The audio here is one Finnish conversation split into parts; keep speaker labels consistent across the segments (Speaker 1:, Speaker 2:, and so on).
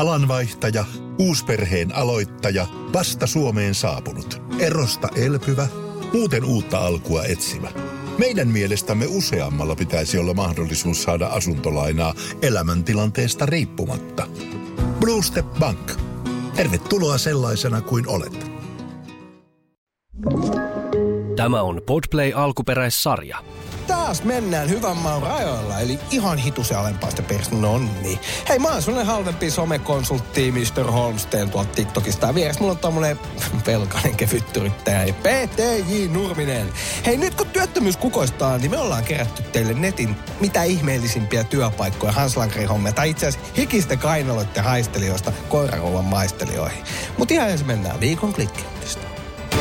Speaker 1: Alanvaihtaja, uusperheen aloittaja, vasta Suomeen saapunut, erosta elpyvä, muuten uutta alkua etsimä. Meidän mielestämme useammalla pitäisi olla mahdollisuus saada asuntolainaa elämäntilanteesta riippumatta. Blue Step Bank. Tervetuloa sellaisena kuin olet.
Speaker 2: Tämä on Podplay alkuperäissarja.
Speaker 3: Taas mennään hyvän maun rajoilla, eli ihan hitusen alempaa peristä. Nonni. Hei, mä oon sellainen halvempi somekonsultti Mr. Holmsteen tuolta TikTokista. Ja vieressä mulla on tommonen velkainen kevyttyyrittäjä, PTJ Nurminen. Hei, nyt kun työttömyys kukoistaa, niin me ollaan kerätty teille netin mitä ihmeellisimpiä työpaikkoja Hanslankri-hommia. Tai itse asiassa hikisten kainaloiden haistelijoista koiraruuan maistelijoihin. Mut ihan ensin mennään viikon klikkiuutista.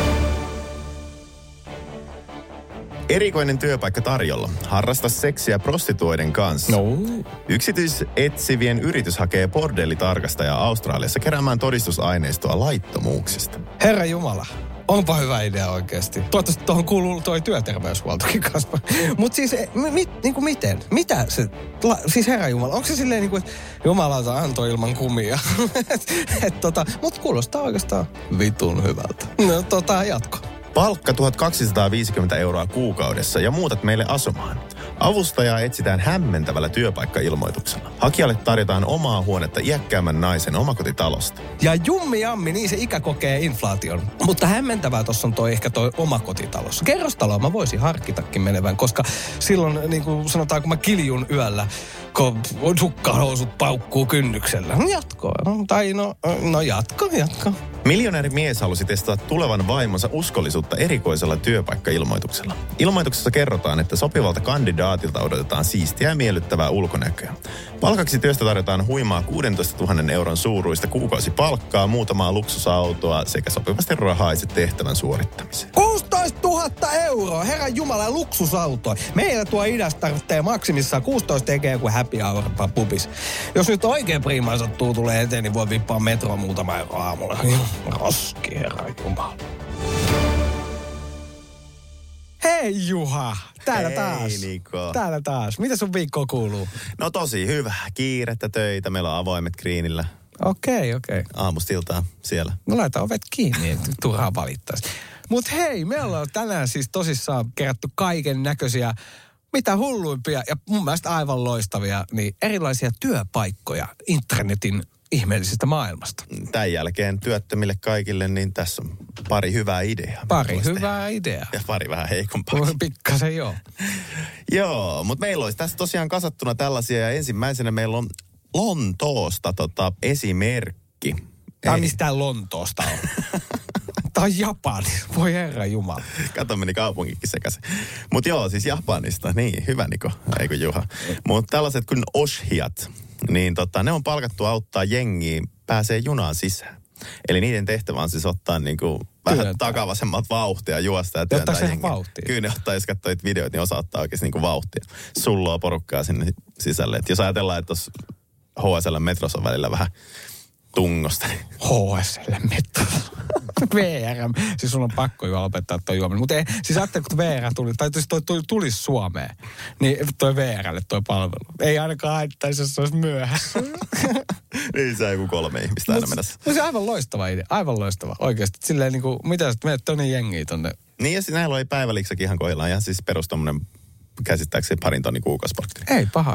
Speaker 4: Erikoinen työpaikka tarjolla. Harrasta seksiä prostituoiden kanssa.
Speaker 3: No.
Speaker 4: Yksityisetsivien yritys hakee bordellitarkastajaa Australiassa keräämään todistusaineistoa laittomuuksista.
Speaker 3: Herra Jumala. Onpa hyvä idea oikeasti. Toivottavasti tuohon kuuluu toi työterveyshuoltokin kasva. Mutta siis, niinku miten? Mitä se, siis Herra Jumala, onko se silleen niinku, että Jumalauta antoi ilman kumia? Mutta kuulostaa oikeastaan vitun hyvältä. No jatko.
Speaker 4: Palkka 1 250 € kuukaudessa ja muutat meille asumaan. Avustajaa etsitään hämmentävällä työpaikkailmoituksella. Hakijalle tarjotaan omaa huonetta iäkkäämmän naisen omakotitalosta.
Speaker 3: Ja jummi jammi, niin se ikä kokee inflaation. Mutta hämmentävää tossa on ehkä toi omakotitalous. Kerrostaloa mä voisin harkitakin menevän, koska silloin niin kuin sanotaan, kun mä kiljun yöllä, kun sukkahousut paukkuu kynnyksellä. Jatko. Tai jatko.
Speaker 4: Miljonääri mies halusi testata tulevan vaimonsa uskollisuutta erikoisella työpaikkailmoituksella. Ilmoituksessa kerrotaan, että sopivalta kandidaatilta odotetaan siistiä ja miellyttävää ulkonäköä. Palkaksi työstä tarjotaan huimaa 16 000 € suuruista kuukausipalkkaa, muutamaa luksusautoa sekä sopivasti rahaa itse tehtävän suorittamiseen.
Speaker 3: 16 000 €! Herran Jumala, luksusauto. Meillä tuo idästä tarvitsee maksimissaan 16 tekee joku happy hour pubis. Jos nyt oikein priimaa sattuu tulee eteen, niin voi vippaa metroa muutama euro aamulla. Roski, Herran Jumala. Hei Juha, täällä taas.
Speaker 4: Niko.
Speaker 3: Täällä taas. Mitä sun viikko kuuluu?
Speaker 4: No tosi hyvä. Kiirettä töitä. Meillä on avoimet Greenillä.
Speaker 3: Okei.
Speaker 4: Aamusta iltaan siellä.
Speaker 3: No laita ovet kiinni, että turhaa valittaisi. Mut hei, me ollaan tänään siis tosissaan kerätty kaiken näköisiä, mitä hulluimpia ja mun mielestä aivan loistavia, niin erilaisia työpaikkoja internetin ihmeellisestä maailmasta.
Speaker 4: Tämän jälkeen työttömille kaikille, niin tässä on pari hyvää ideaa.
Speaker 3: Pari hyvää ideaa.
Speaker 4: Ja pari vähän heikompaa.
Speaker 3: Pikkasen joo.
Speaker 4: Joo, mutta meillä olisi tässä tosiaan kasattuna tällaisia ja ensimmäisenä meillä on Lontoosta esimerkki.
Speaker 3: Tämä on mistään Lontoosta on. Tämä on Japani. Voi Herra Jumala.
Speaker 4: Kato, meni kaupunkikin sekaisin. Mutta joo, siis Japanista. Niin, hyvä Niko. Eikö Juha? Mutta tällaiset kuin oshiat, niin ne on palkattu auttaa jengiä pääsee junaan sisään. Eli niiden tehtävä on siis ottaa niinku vähän takavasemmalta vauhtia, juosta ja työntää jengiä. Kyllä ne ottaa, jos katsoo videoita, niin osaa ottaa oikeasti niinku vauhtia. Sulloa porukkaa sinne sisälle. Et jos ajatellaan, että tuossa HSL-metrossa on välillä vähän tungosta.
Speaker 3: HSL-metro. VR. Siis sun on pakko jo lopettaa toi juominen. Mutta siis ajattelin, kun VR tuli, tai toi tulisi Suomeen, niin toi VRlle toi palvelu. Ei ainakaan haittaisi, jos se olisi myöhässä.
Speaker 4: Niin se joku 3 ihmistä aina mennessä.
Speaker 3: No se on aivan loistava idea. Aivan loistava. Oikeasti. Silleen niin kuin, mitä sä menet tonne jengiä tonne?
Speaker 4: Niin ja näillä oli päivälliksäkin ihan kohdillaan. Ja siis perus tommonen käsittääkseni 2 tonnin kuukausipalkka.
Speaker 3: Ei paha.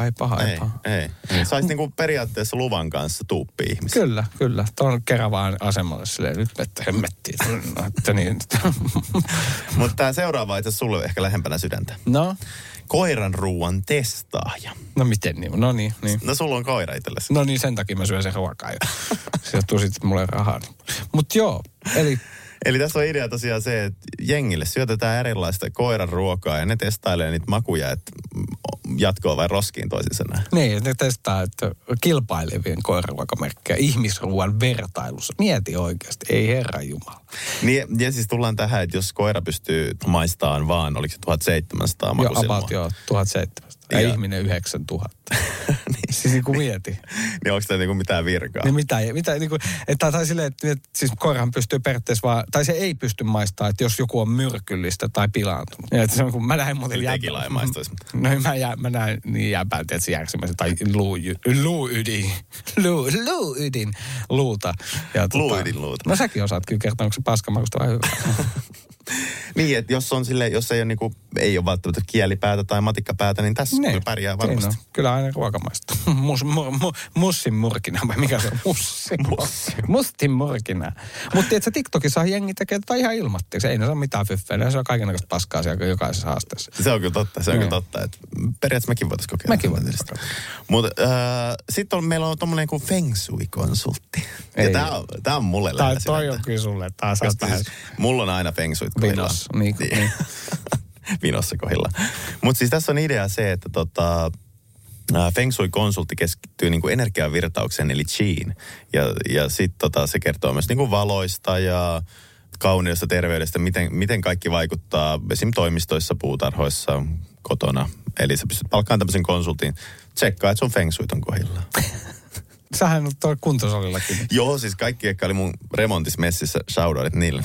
Speaker 4: Ei. Saisi niinku periaatteessa luvan kanssa tuuppia ihmisiä.
Speaker 3: Kyllä. Tuon Keravaan asemalle silleen nyt että hemmettiin. Niin.
Speaker 4: Mutta tämä seuraava itse sulle ehkä lähempänä sydäntä.
Speaker 3: No?
Speaker 4: Koiran ruuan testaaja.
Speaker 3: No miten niin? No niin.
Speaker 4: No sulla on koira itsellesi.
Speaker 3: No niin, sen takia mä syön sen ruokaa jo. Sieltä tuli sitten mulle rahaa. Mut joo,
Speaker 4: Eli tässä on idea tosiaan se, että jengille syötetään erilaista koiran ruokaa ja ne testailee niitä makuja, että jatkoa vai roskiin toisinsa näin.
Speaker 3: Niin, ne testaa, että kilpailevien koiraruokamerkkejä ihmisruuan vertailussa. Mieti oikeasti, ei Herra Jumala.
Speaker 4: Niin, ja siis tullaan tähän, että jos koira pystyy maistamaan vaan, oliko se 1700 makusilmaa?
Speaker 3: Joo, 1700. ja ihminen 9000. Niin. Siis niin kuin mieti.
Speaker 4: Niin onko tämä niinku mitään virkaa?
Speaker 3: Niin mitä niin kuin, tai silleen, että siis koirahan pystyy periaatteessa vaan, tai se ei pysty maistamaan, että jos joku on myrkyllistä tai pilaantunut. Ja että se on, kun mä näin muuten
Speaker 4: tekila ei maistaisi.
Speaker 3: No mä näin niin jäbälti, että se järsimäisen, tai luuydin luuta.
Speaker 4: Luuydin luuta.
Speaker 3: No säkin osaat kyllä kertoa, onko se paskamakusta vai hyvä.
Speaker 4: Niin, että jos ei ole niinku, ei ole välttämättä kielipäätä tai matikkapäätä, niin tässä kyllä pärjää varmasti.
Speaker 3: No, kyllä aina ruokamaista. Mussin murkina, vai mikä se on? Mustin murkina. Mutta tiedätkö, TikTokissa jengi tekee tätä ihan ilmatteeksi. Ei ne saa mitään fyffeä. Se on kaikenlaista paskaa siellä jokaisessa haasteessa.
Speaker 4: Se on kyllä totta. Se on kyllä totta. Että periaatteessa mekin voitaisiin kokeilla.
Speaker 3: Mekin voitaisiin kokeilla.
Speaker 4: Mutta sitten meillä on tommoinen kuin Feng Shui-konsultti. Ja tää on mulle lähellä.
Speaker 3: Toi on kyllä sulle taas.
Speaker 4: Mulla on aina Feng Shuit kohdilla.
Speaker 3: Vinos, niin.
Speaker 4: Vinossa kohdilla. Mutta siis tässä on idea se, että Feng Shui-konsultti keskittyy niinku energiavirtaukseen, eli chiin. Ja sitten se kertoo myös niinku valoista ja kauneudesta, terveydestä, miten kaikki vaikuttaa esim. Toimistoissa, puutarhoissa, kotona. Eli sä pystyt palkkaamaan tämmöisen konsultin, tsekkaa, että sun Feng Shuit on kohdillaan.
Speaker 3: Sähän on tuolla kuntosalillakin.
Speaker 4: Joo, siis kaikki, jotka oli mun remontis messissä, shoutoutit niille,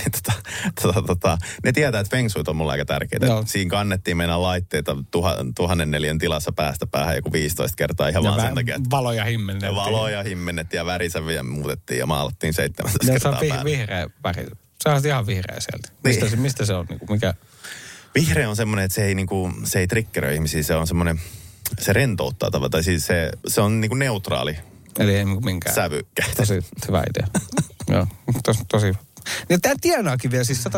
Speaker 4: niin ne tietää, että Feng Shuit on mulle aika tärkeää. Siinä kannettiin meidän laitteita 1000 neliön tilassa päästä päähän joku 15 kertaa ihan vaan sen takia.
Speaker 3: Valoja himmennettiin.
Speaker 4: Valoja himmennettiin ja värisäviä muutettiin ja maalattiin 17 kertaa päähän.
Speaker 3: Se on vihreä väri. Se on ihan vihreä sieltä.
Speaker 4: Niin.
Speaker 3: Mistä se on? Mikä?
Speaker 4: Vihreä on semmoinen, että se ei triggeröi ihmisiä. Se on semmoinen, se rentouttaa tavallaan. Tai siis se on niinku neutraali.
Speaker 3: Eli ei minkään.
Speaker 4: Sävykäytä.
Speaker 3: Tosi hyvä idea. Joo, tosi hyvä. Ja tämä tienaakin vielä siis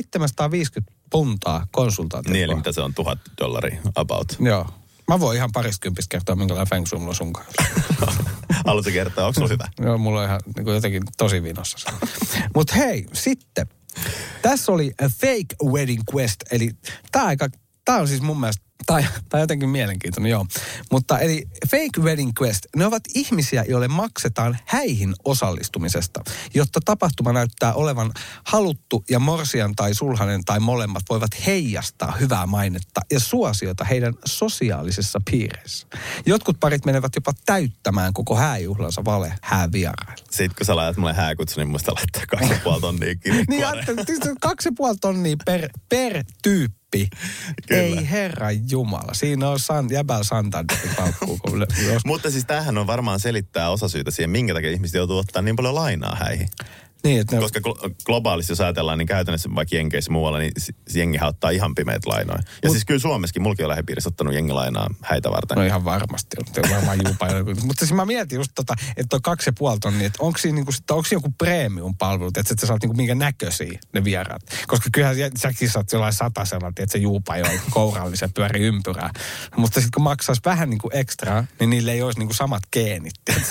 Speaker 3: 750 puntaa konsultaatio.
Speaker 4: Niin, eli mitä se on, $1,000 about.
Speaker 3: Joo. Mä voin ihan parikympistä kertoa, minkälainen Feng Shui mulla on sun kanssa.
Speaker 4: Haluatko kertoa, onko sulla hyvä?
Speaker 3: Joo, mulla on ihan niin jotenkin tosi vinossa. Mutta hei, sitten. Tässä oli A Fake Wedding Quest, eli tämä on siis mun mielestä, tai jotenkin mielenkiintoinen, joo. Mutta eli Fake Wedding Quest, ne ovat ihmisiä, joille maksetaan häihin osallistumisesta, jotta tapahtuma näyttää olevan haluttu ja morsian tai sulhanen tai molemmat voivat heijastaa hyvää mainetta ja suosiota heidän sosiaalisessa piireissä. Jotkut parit menevät jopa täyttämään koko hääjuhlansa häävieraille.
Speaker 4: Sitten kun sä laitat mulle hääkutsu, niin muista laittaa 2,5 tonnia kirjekuoreen.
Speaker 3: Niin, 2,5 tonnia per tyyppi. Kyllä. Ei herra jumala. Siinä on jäbäl Santanderin paukkuu.
Speaker 4: Mutta siis tämähän on varmaan selittää osasyytä siihen, minkä takia ihmiset joutuu ottaa niin paljon lainaa häihin.
Speaker 3: Niin, että
Speaker 4: koska globaalisti, jos ajatellaan, niin käytännössä vaikka Jenkeissä muualla, niin jengihän ottaa ihan pimeät lainoja. Ja siis kyllä Suomessakin, mulkin on lähipiirissä ottanut jengilainaa häitä varten.
Speaker 3: No ihan varmasti. Varmaan Mutta siis mä mietin just että on 2,5 tonnia, että onko siinä joku premium-palvelut, että sä saat niinku minkä näköisiä ne vieraat. Koska kyllähän säkin saat jollain 100, että se juupa jo kourallisen pyöri ympyrää. Mutta sitten kun maksaisi vähän niinku ekstraa, niin niille ei olisi niinku samat geenit.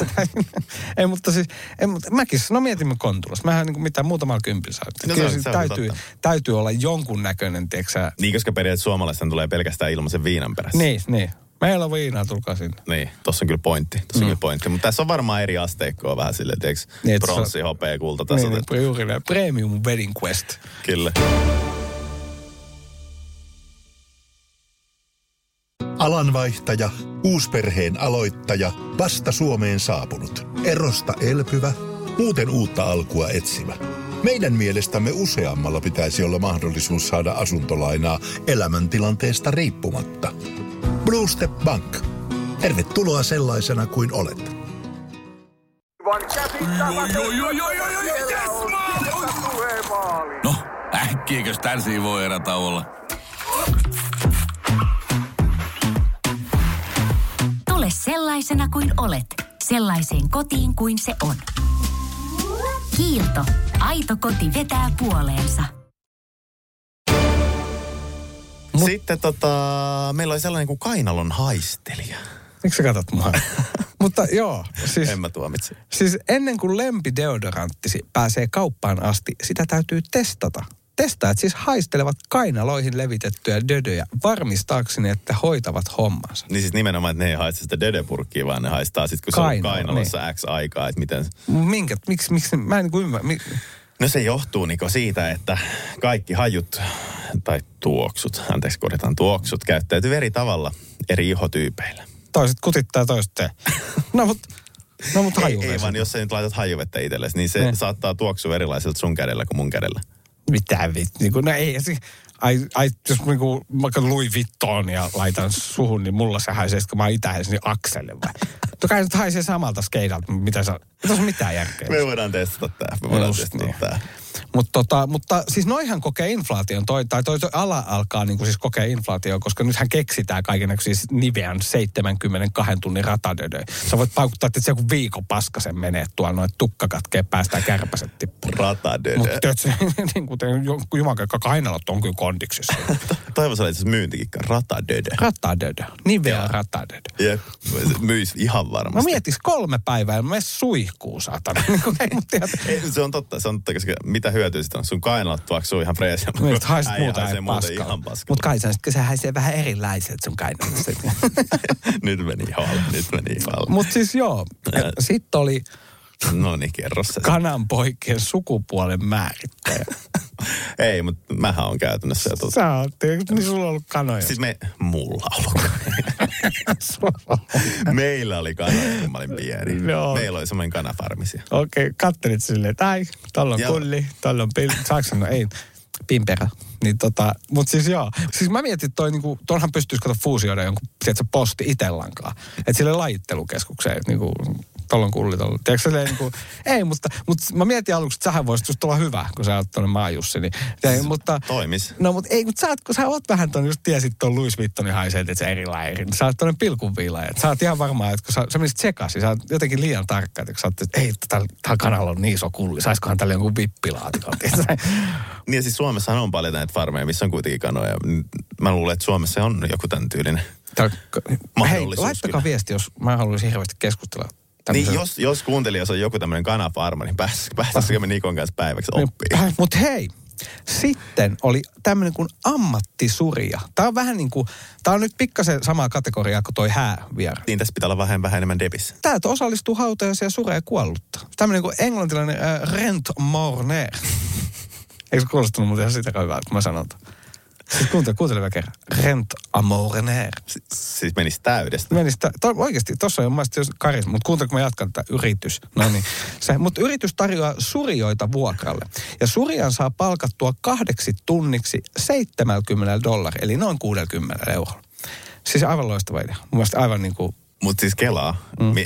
Speaker 3: Ei, mutta siis, mäkin mietimme Kontulassa. Mähän niin mitään muutamalla kympillä saa. Kyllä täytyy olla jonkun näköinen, tiiäksä.
Speaker 4: Niin, koska periaatteessa suomalaisten tulee pelkästään ilmaisen viinan perässä.
Speaker 3: Niin. Meillä on viinaa, tulkaa sinne.
Speaker 4: Niin, tossa on kyllä pointti. Mutta tässä on varmaan eri asteikkoa vähän silleen, tiiäks, bronssi, hopea, kulta tasot.
Speaker 3: Niin, juuri premium wedding quest.
Speaker 4: Kyllä.
Speaker 1: Alanvaihtaja, uusperheen aloittaja, vasta Suomeen saapunut, erosta elpyvä, muuten uutta alkua etsimä. Meidän mielestämme useammalla pitäisi olla mahdollisuus saada asuntolainaa elämäntilanteesta riippumatta. Blue Step Bank. Tervetuloa sellaisena kuin olet.
Speaker 5: No, äkkiäkös tän siivoo erätauolla?
Speaker 6: Tule sellaisena kuin olet, sellaiseen kotiin kuin se on. Kiilto. Aito koti vetää puoleensa.
Speaker 4: Sitten meillä oli sellainen kuin kainalon haistelija.
Speaker 3: Miksi sä katsot mua? Mutta joo. Siis,
Speaker 4: en mä tuomitse.
Speaker 3: Siis ennen kuin lempideodoranttisi pääsee kauppaan asti, sitä täytyy testata. Testaajat siis haistelevat kainaloihin levitettyjä dödöjä varmistaakseni, että hoitavat hommansa.
Speaker 4: Niin siis nimenomaan, että ne ei haista sitä dödöpurkkia, vaan ne haistaa sitten, kun se on kainalossa niin. X aikaa, että miten...
Speaker 3: Miksi? Mä en ymmärrä.
Speaker 4: No se johtuu Niko siitä, että kaikki hajut tai tuoksut käyttäytyy eri tavalla eri ihotyypeillä.
Speaker 3: Toiset kutittaa ja toiset tee. No mut hajuvesi.
Speaker 4: Ei vaan, jos sä nyt laitat hajuvettä itsellesi, niin se saattaa tuoksua erilaiselta sun kädellä kuin mun kädellä.
Speaker 3: Mitä vittu? No ei, jos niinku vaikka Louis Vuitton ja laitan suhun, niin mulla se haisee, kun mä oon itäisen niin akselle vai? Kai nyt haisee samalta skeidalta, mitä se on mitään järkeä.
Speaker 4: Me voidaan testata tää.
Speaker 3: Mutta siis noihan kokee inflaation, toi ala alkaa niin kuin siis kokee inflaation, koska nythän keksitään kaikennäköisiä Nivean 72 tunnin ratadödöjä. Sä voit paukuttaa, että se joku viikon paskasen menee tuolla, noin tukka katkee, päästään kärpäset tippuun.
Speaker 4: Ratadödö.
Speaker 3: Mutta niin kuten jumankakka kainalot on kyllä kondiksissa.
Speaker 4: Toivossa oli itse myyntikikka. Ratadödö.
Speaker 3: Ratadödö. Nivea ratadödö.
Speaker 4: Jep. Myis ihan varmasti.
Speaker 3: Mä mietis 3 päivää ja mä suihkuu, saatana.
Speaker 4: Ei, se on totta, koska mitä hyötyä sitä on? Sun kainalat tuoksuu ihan freesia.
Speaker 3: Haiset muuta ei paskalla. Mutta kai se haisee vähän erilaiset sun kainalat.
Speaker 4: Nyt meni halli.
Speaker 3: Mutta siis joo, sitten oli
Speaker 4: no niin, kerro se.
Speaker 3: Kananpoikien sukupuolen määrittäjä.
Speaker 4: Ei, mutta mähän on käytännössä jo
Speaker 3: Sä oot, niin sulla on ollut kanoja.
Speaker 4: Siis mulla on ollut. Meillä oli kanoja, kun mä olin pieni. No. Meillä oli semmoinen kanafarmisia.
Speaker 3: Okei, kattelit silleen, että ai, tolla on kulli, tolla on saaks sanoa, ei, pimperä. Niin mut siis joo. Siis mä mietin, että tuonhan pystyisi fuusioida jonkun, tiedätkö, posti itellankaan. Että sille lajittelukeskukseen, niinku, tolla on kulli, tolla. Tiedätkö silleen niinku, ei, mutta mä mietin aluksi, että sähän voisit just olla hyvä, kun sä oot tuonne Maajussi. Niin, mutta,
Speaker 4: toimis.
Speaker 3: No, mutta ei, mutta sä oot vähän tuonne, just tiesit tuon Louis Vuittonin haiseet, että se erilainen. Sä oot tuonne pilkunviilaaja. Sä oot ihan varmaan, että kun sä menisit sekaisin, sä oot jotenkin liian tarkka, että sä oot, että ei, tällä kanalla on niin iso kulli. Saiskohan tälle jonkun vippilaatikon.
Speaker 4: Niin ja siis Suomessahan on paljon näitä farmeja, missä on kuitenkin kanoja. Mä luulen, että Suomessa on joku tämän tyylinen mahdollisuus.
Speaker 3: Hei, laittakaa viesti, jos mä haluaisin hirveästi keskustella.
Speaker 4: Niin, jos kuuntelijoissa on joku tämmöinen kanafarma, niin päästäisikö me Nikon kanssa päiväksi oppiin?
Speaker 3: Mutta hei, sitten oli tämmöinen kuin ammattisurja. Tää on vähän niin kuin, tää on nyt pikkasen samaa kategoriaa kuin toi hääviera.
Speaker 4: Niin tässä pitää olla vähän enemmän debissä.
Speaker 3: Täältä osallistuu hautajaisia ja suree kuollutta. Tämmöinen kuin englantilainen rent mourir. Eikö se kuulostanut muuten ihan sitä hyvää, kun mä sanon tämän? Siis kuuntele vielä kerran. Rent a mourir.
Speaker 4: Siis menisi täydestä.
Speaker 3: Oikeasti, tossa on mielestäni jos karisma, mutta kuuntele, kun mä jatkan tätä yritys. No niin. Mutta yritys tarjoaa surjoita vuokralle. Ja surjan saa palkattua 2 tunniksi $70, eli noin 60 €. Siis aivan loistava idea. Mun mielestä aivan niin kuin...
Speaker 4: Mutta siis kelaa,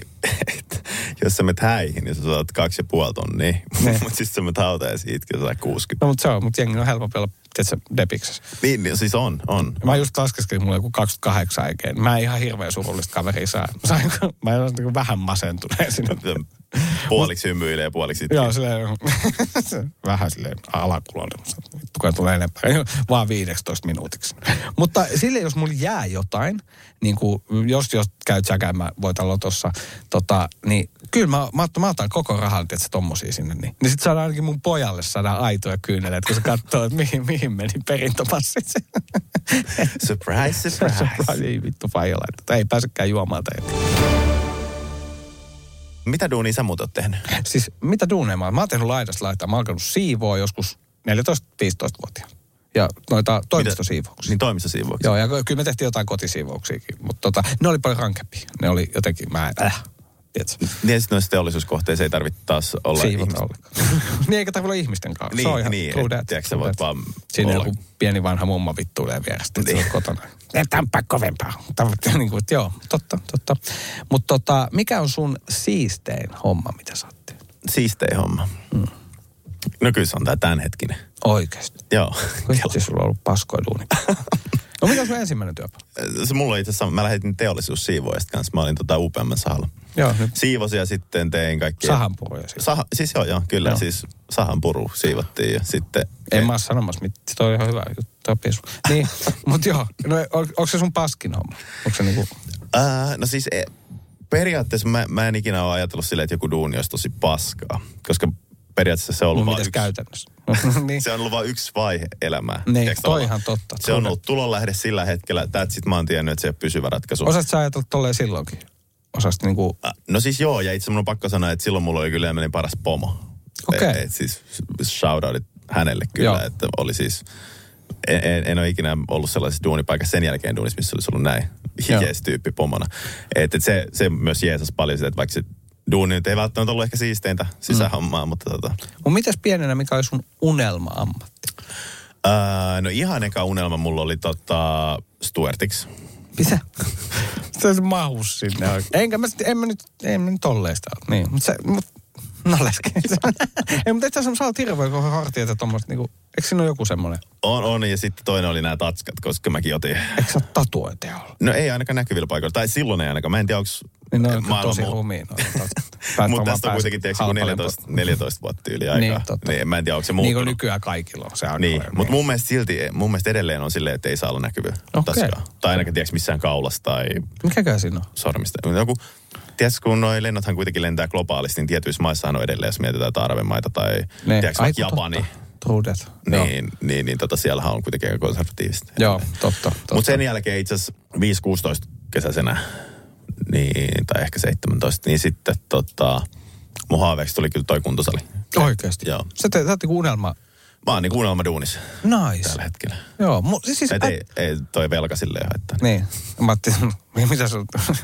Speaker 4: jos sä menet häihin, niin sä saat 2,5 tonnia. Mutta siis sä menet hautaan ja siitäkin saa 60.
Speaker 3: No mutta jengi on helpompi olla, tiedätkö, depiksessä.
Speaker 4: Niin, siis on.
Speaker 3: Mä just laskeskelin mulle joku 28 aikeen. Mä en ihan hirveän surullista kaveria saa. Mä en ole vähän masentuneen sinne.
Speaker 4: Puoliksi hymyilee ja puoliksi itkeä.
Speaker 3: Joo, silleen, vähän silleen alakuloinen. Vittu, tulee enempää. Vaan 15 minuutiksi. Mutta silleen, jos mulla jää jotain, niin kuin jos käyt säkään, voitan lotossa, niin kyllä mä otan koko rahan, tiedätkö, tommosia sinne. Niin sit saadaan ainakin mun pojalle saadaan aitoja kyyneleet, kun se katsoo, että mihin meni perintöpassit.
Speaker 4: Surprise.
Speaker 3: Ei vittu faija laittaa. Ei pääsekään juomaan tai
Speaker 4: Mitä duunia sä muut oot tehnyt?
Speaker 3: Siis mitä duuneja mä oon tehnyt laidasta laitaa. Mä oon alkanut siivoa joskus 14-15-vuotiaana. Ja noita toimistosiivouksia.
Speaker 4: Niin toimistosiivouksia.
Speaker 3: Joo, ja kyllä me tehtiin jotain kotisiivouksiakin. Mutta ne oli paljon rankempia. Ne oli jotenkin, tiedätkö?
Speaker 4: Niin ja sitten noissa teollisuuskohteissa ei tarvitse taas olla
Speaker 3: siivota ollenkaan. Niin eikä tarvitse olla ihmisten kanssa.
Speaker 4: Niin,
Speaker 3: se on ihan
Speaker 4: tiedätkö sä voit vaan
Speaker 3: siinä joku pieni vanha mumma vittuilee vierestä, että se on kotona. Tämänpä kovempaa. Niin kuin, joo, totta. Mutta mikä on sun siistein homma, mitä sä oot tehnyt?
Speaker 4: Siistein homma? No kyllä se on tää tämänhetkinen.
Speaker 3: Oikeesti?
Speaker 4: Joo.
Speaker 3: Vitsi, sulla on ollut paskoja duuni. No mikä on sun ensimmäinen työpaikka?
Speaker 4: Se mulla itse asiassa, mä lähetin teollisuussiivoajasta kanssa. Mä olin UPM:n sahalla.
Speaker 3: Joo. Nyt.
Speaker 4: Siivosin ja sitten tein kaikkia.
Speaker 3: Sahanpuruja siis.
Speaker 4: Siis joo, kyllä. Joo. Siis sahanpuru siivottiin ja sitten...
Speaker 3: En mä ole sanomassa mitään. Toi on ihan hyvä juttu. Niin, mutta joo. No, onko se sun paskin homma? Onko se niinku...
Speaker 4: No siis periaatteessa mä en ikinä ole ajatellut silleen, että joku duuni olisi tosi paskaa. Koska periaatteessa se on ollut vain yksi...
Speaker 3: käytännössä? Niin.
Speaker 4: Se on ollut vain yksi vaihe elämää.
Speaker 3: Niin, toi ihan totta.
Speaker 4: Se on ollut tulonlähde sillä hetkellä. Sit mä oon tiennyt, että se ei ole pysyvä ratkaisu.
Speaker 3: Osaatko sä ajatella tolleen silloinkin? Osaatko niinku...
Speaker 4: No siis joo, ja itse mun on pakko sanoa, että silloin mulla oli kyllä menin paras pomo.
Speaker 3: Okei.
Speaker 4: Siis shoutoutit hänelle kyllä, joo. Että oli siis... En ole ikinä ollut sellaisessa duunipaikassa sen jälkeen duunissa, missä olisi ollut näin jees tyyppi pomona. Että se myös jeesas paljon sitä, että vaikka se duuni nyt ei välttämättä ollut ehkä siisteintä sisähommaa, mutta
Speaker 3: Mutta mitäs pienenä, mikä oli sun unelma-ammatti?
Speaker 4: No ihan eka unelma mulla oli Stuartiksi.
Speaker 3: Mitä? Se mahus sinne oikein. En mä nyt tolleista ole. Niin, no lesken. Ei, mutta itse asiassa sä oot hirveä koko hartiat ja tommoista niinku, eikö siinä ole joku semmoinen?
Speaker 4: On, ja sitten toinen oli nämä tatskat, koska mäkin otin.
Speaker 3: Eikö sä ole tatuointeja ollut?
Speaker 4: No ei ainakaan näkyvillä paikoilla, tai silloin ei ainakaan. Mä en tiedä, onko
Speaker 3: niin ne on tosi rumia.
Speaker 4: Mutta tästä on kuitenkin, tiedätkö, 14 vuotta yli aikaa.
Speaker 3: Niin, totta.
Speaker 4: Niin, mä en tiedä, onko se muuttunut.
Speaker 3: Niin kuin nykyään kaikilla on se aika.
Speaker 4: Niin, mutta mun mielestä edelleen on silleen, että ei saa olla näkyviä taskaa. Tai ainakaan, tiedätkö, missään kaulassa tai
Speaker 3: mikäkään siinä on?
Speaker 4: Sormista. Joku, tiedätkö, kun noi lennothan kuitenkin lentää globaalisti, niin tietyissä maissahan on edelleen, jos mietitään Arabemaita tai tiedätkö, vaikka Japani.
Speaker 3: Trudet.
Speaker 4: Niin, siellähän on kuitenkin aika konservatiivista.
Speaker 3: Joo, totta.
Speaker 4: Mutta sen jälkeen itse asiassa 5-16 kesäisenä, niin, tai ehkä 17, niin sitten mun haaveeksi tuli kyllä toi kuntosali.
Speaker 3: Oikeasti?
Speaker 4: Joo.
Speaker 3: Sä oot niinku unelma.
Speaker 4: Mä oon niinku unelmaduunissa.
Speaker 3: Nice.
Speaker 4: Tällä hetkellä.
Speaker 3: Joo.
Speaker 4: Ei toi velka silleen haittaa.
Speaker 3: Niin. Mä ajattelin, mitä sun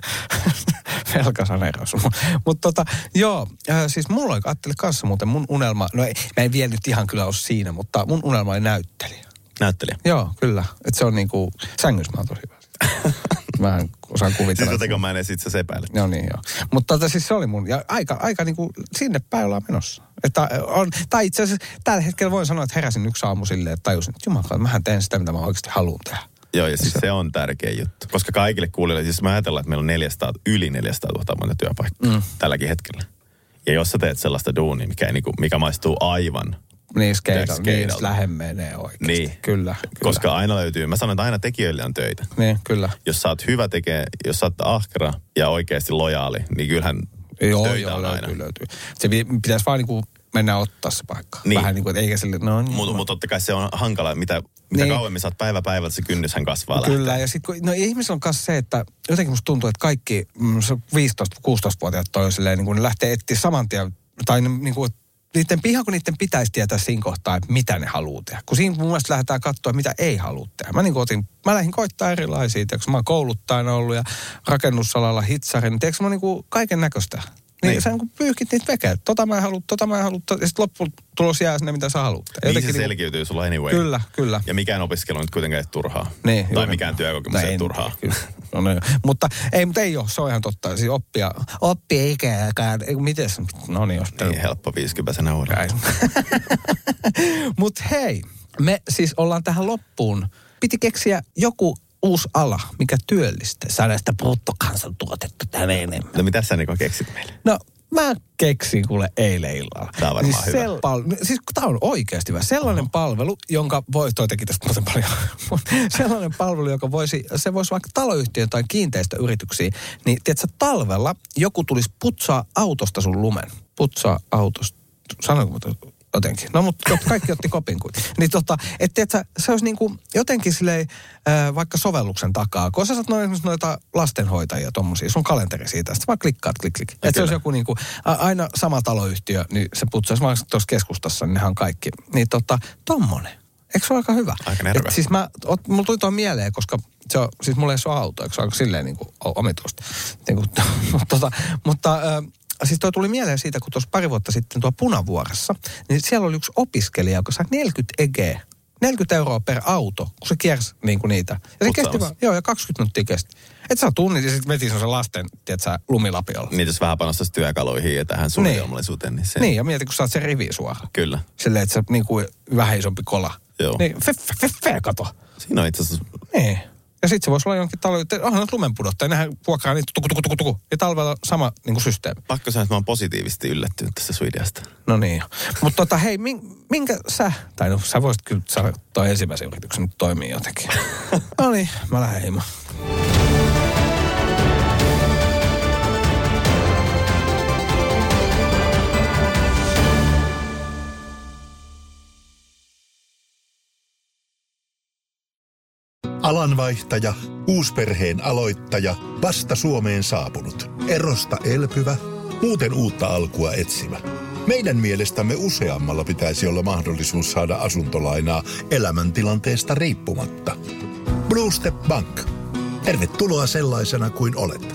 Speaker 3: velkasaneeraus. Mutta joo, siis mulla oli, ajattelin kanssa muuten mun unelma, no mä en vielä nyt ihan kyllä ole siinä, mutta mun unelma oli näyttelijä.
Speaker 4: Näyttelijä?
Speaker 3: Joo, kyllä. Että se on niinku, sängyssä mä oon tosi hyvä. Mä en osaan kuvitella.
Speaker 4: Siis jotenkin mä en edes itse epäile.
Speaker 3: No niin, joo. Mutta siis se oli mun, ja aika niinku sinne päin ollaan menossa. Tai itse asiassa tällä hetkellä voin sanoa, että heräsin yksi aamu silleen, että tajusin, että jumalauta, mähän teen sitä, mitä mä oikeasti haluan tehdä.
Speaker 4: Joo, ja siis se on tärkeä juttu. Koska kaikille kuulijoille, siis mä ajatellaan, että meillä on yli 400 000 monta työpaikkaa tälläkin hetkellä. Ja jos sä teet sellaista duunia, mikä maistuu aivan
Speaker 3: niin skeidalta lähe menee oikeasti.
Speaker 4: Niin.
Speaker 3: Kyllä.
Speaker 4: Koska aina löytyy, mä sanon, että aina tekijöille on töitä.
Speaker 3: Niin, kyllä.
Speaker 4: Jos sä oot hyvä jos sä oot ahkera ja oikeasti lojaali, niin kyllähän töitä on aina.
Speaker 3: Löytyy. Se pitäisi vaan niinku mennä ottaa se paikka.
Speaker 4: Niin.
Speaker 3: Vähän niin kuin, eikä sille, no niin.
Speaker 4: Mutta totta kai se on hankala, mitä kauemmin sä oot päivältä, se kynnyshän kasvaa.
Speaker 3: Kyllä,
Speaker 4: lähtee.
Speaker 3: ja sitten no ihmisillä on myös se, että jotenkin musta tuntuu, että kaikki 15-16-vuotiaat toi silleen, niin kuin ne lähtee etsiä saman tien, tai niin kuin, ihan kun niiden pitäisi tietää siinä kohtaa, että mitä ne haluaa tehdä. Kun siinä mun mielestä lähdetään katsoa, mitä ei halua tehdä. Mä lähdin koittaa erilaisia, tiedätkö, mä oon kouluttajana ollut ja rakennusalalla hitsarin, niin tiedätkö, mä oon niin kuin kaiken näköistä. Niin sä niin pyyhkit niitä vekeä. Tota mä en halua, ja sitten lopputulos jää sinne, mitä sä haluat.
Speaker 4: Niin se selkiytyy sulla anyway.
Speaker 3: Kyllä.
Speaker 4: Ja mikään opiskelu nyt kuitenkaan ei turhaa.
Speaker 3: Niin,
Speaker 4: tai mikään työkokemus ei turhaa.
Speaker 3: No, mutta ei ole, se on ihan totta. Siis oppia ikääkään. Mites? No niin, jos...
Speaker 4: Niin helppo 50-senä uudella.
Speaker 3: Mutta hei, me siis ollaan tähän loppuun. Piti keksiä joku uusi ala, mikä työllistää. Saadaan bruttokansantuotetta tänne enemmän.
Speaker 4: No mitä sä Niko keksit meille?
Speaker 3: No mä keksin kuule eilen illalla.
Speaker 4: Tää on varmaan hyvä.
Speaker 3: Siis tää on oikeasti hyvä. Sellainen palvelu, jonka toi teki tästä muuten paljon. Sellainen palvelu, joka voisi vaikka taloyhtiön tai kiinteistöyrityksiin, niin tiedätkö, talvella joku tulisi putsaa autosta sun lumen. Putsaa autosta. Sanoinko jotenkin. No, mutta kaikki otti kopin kuin. Niin että tiedätkö, se olisi niin kuin jotenkin silleen vaikka sovelluksen takaa. Kun sä saat noita lastenhoitajia tommosia, sun kalenteri siitä, sitten vaan klikkaat, klik. Että se olisi joku niin kuin, aina sama taloyhtiö, niin se putsaisi vaan tuossa keskustassa, niin nehän on kaikki. Niin tommonen. Eikö se ole aika hyvä?
Speaker 4: Aika nerve.
Speaker 3: Siis mulla tuli tuo mieleen, koska se on, siis mulla ei ole auto, eikö se ole silleen niin kuin omituista. Niin kuin, mutta siis toi tuli mieleen siitä, kun tuossa pari vuotta sitten tuo Punavuoressa, niin siellä oli yksi opiskelija, joka sai 40 € per auto, kun se kiersi niin kuin niitä. Ja se kesti vaan, ja 20 minuuttia kesti. Et saa tunnin ja sitten veti se lasten, tiedätkö, lumilapiolla.
Speaker 4: Niin, jos vähän panostaisi työkaluihin ja tähän suunnitelmallisuuteen, niin se...
Speaker 3: Niin, ja mieti, kun saat sen riviin suoraan.
Speaker 4: Kyllä.
Speaker 3: Silleen, että se niin kuin vähän isompi kola.
Speaker 4: Joo.
Speaker 3: Niin, kato.
Speaker 4: Siinä on itse asiassa...
Speaker 3: Niin. Ja sitten se voisi olla jonkin talo, että onhan lumenpudottaa, nehän vuokraa niitä tuku. Ja talvella sama niin kuin systeemi.
Speaker 4: Pakko sanoa, että mä oon positiivisesti yllättynyt tästä sun ideasta.
Speaker 3: No niin. Mutta hei, minkä tai no sä voisit kyllä saada toi ensimmäisen yrityksen nyt toimii jotenkin. No niin, mä lähden himaan.
Speaker 1: Alanvaihtaja, uusperheen aloittaja, vasta Suomeen saapunut, erosta elpyvä, muuten uutta alkua etsimä. Meidän mielestämme useammalla pitäisi olla mahdollisuus saada asuntolainaa elämäntilanteesta riippumatta. Blue Step Bank. Tervetuloa sellaisena kuin olet.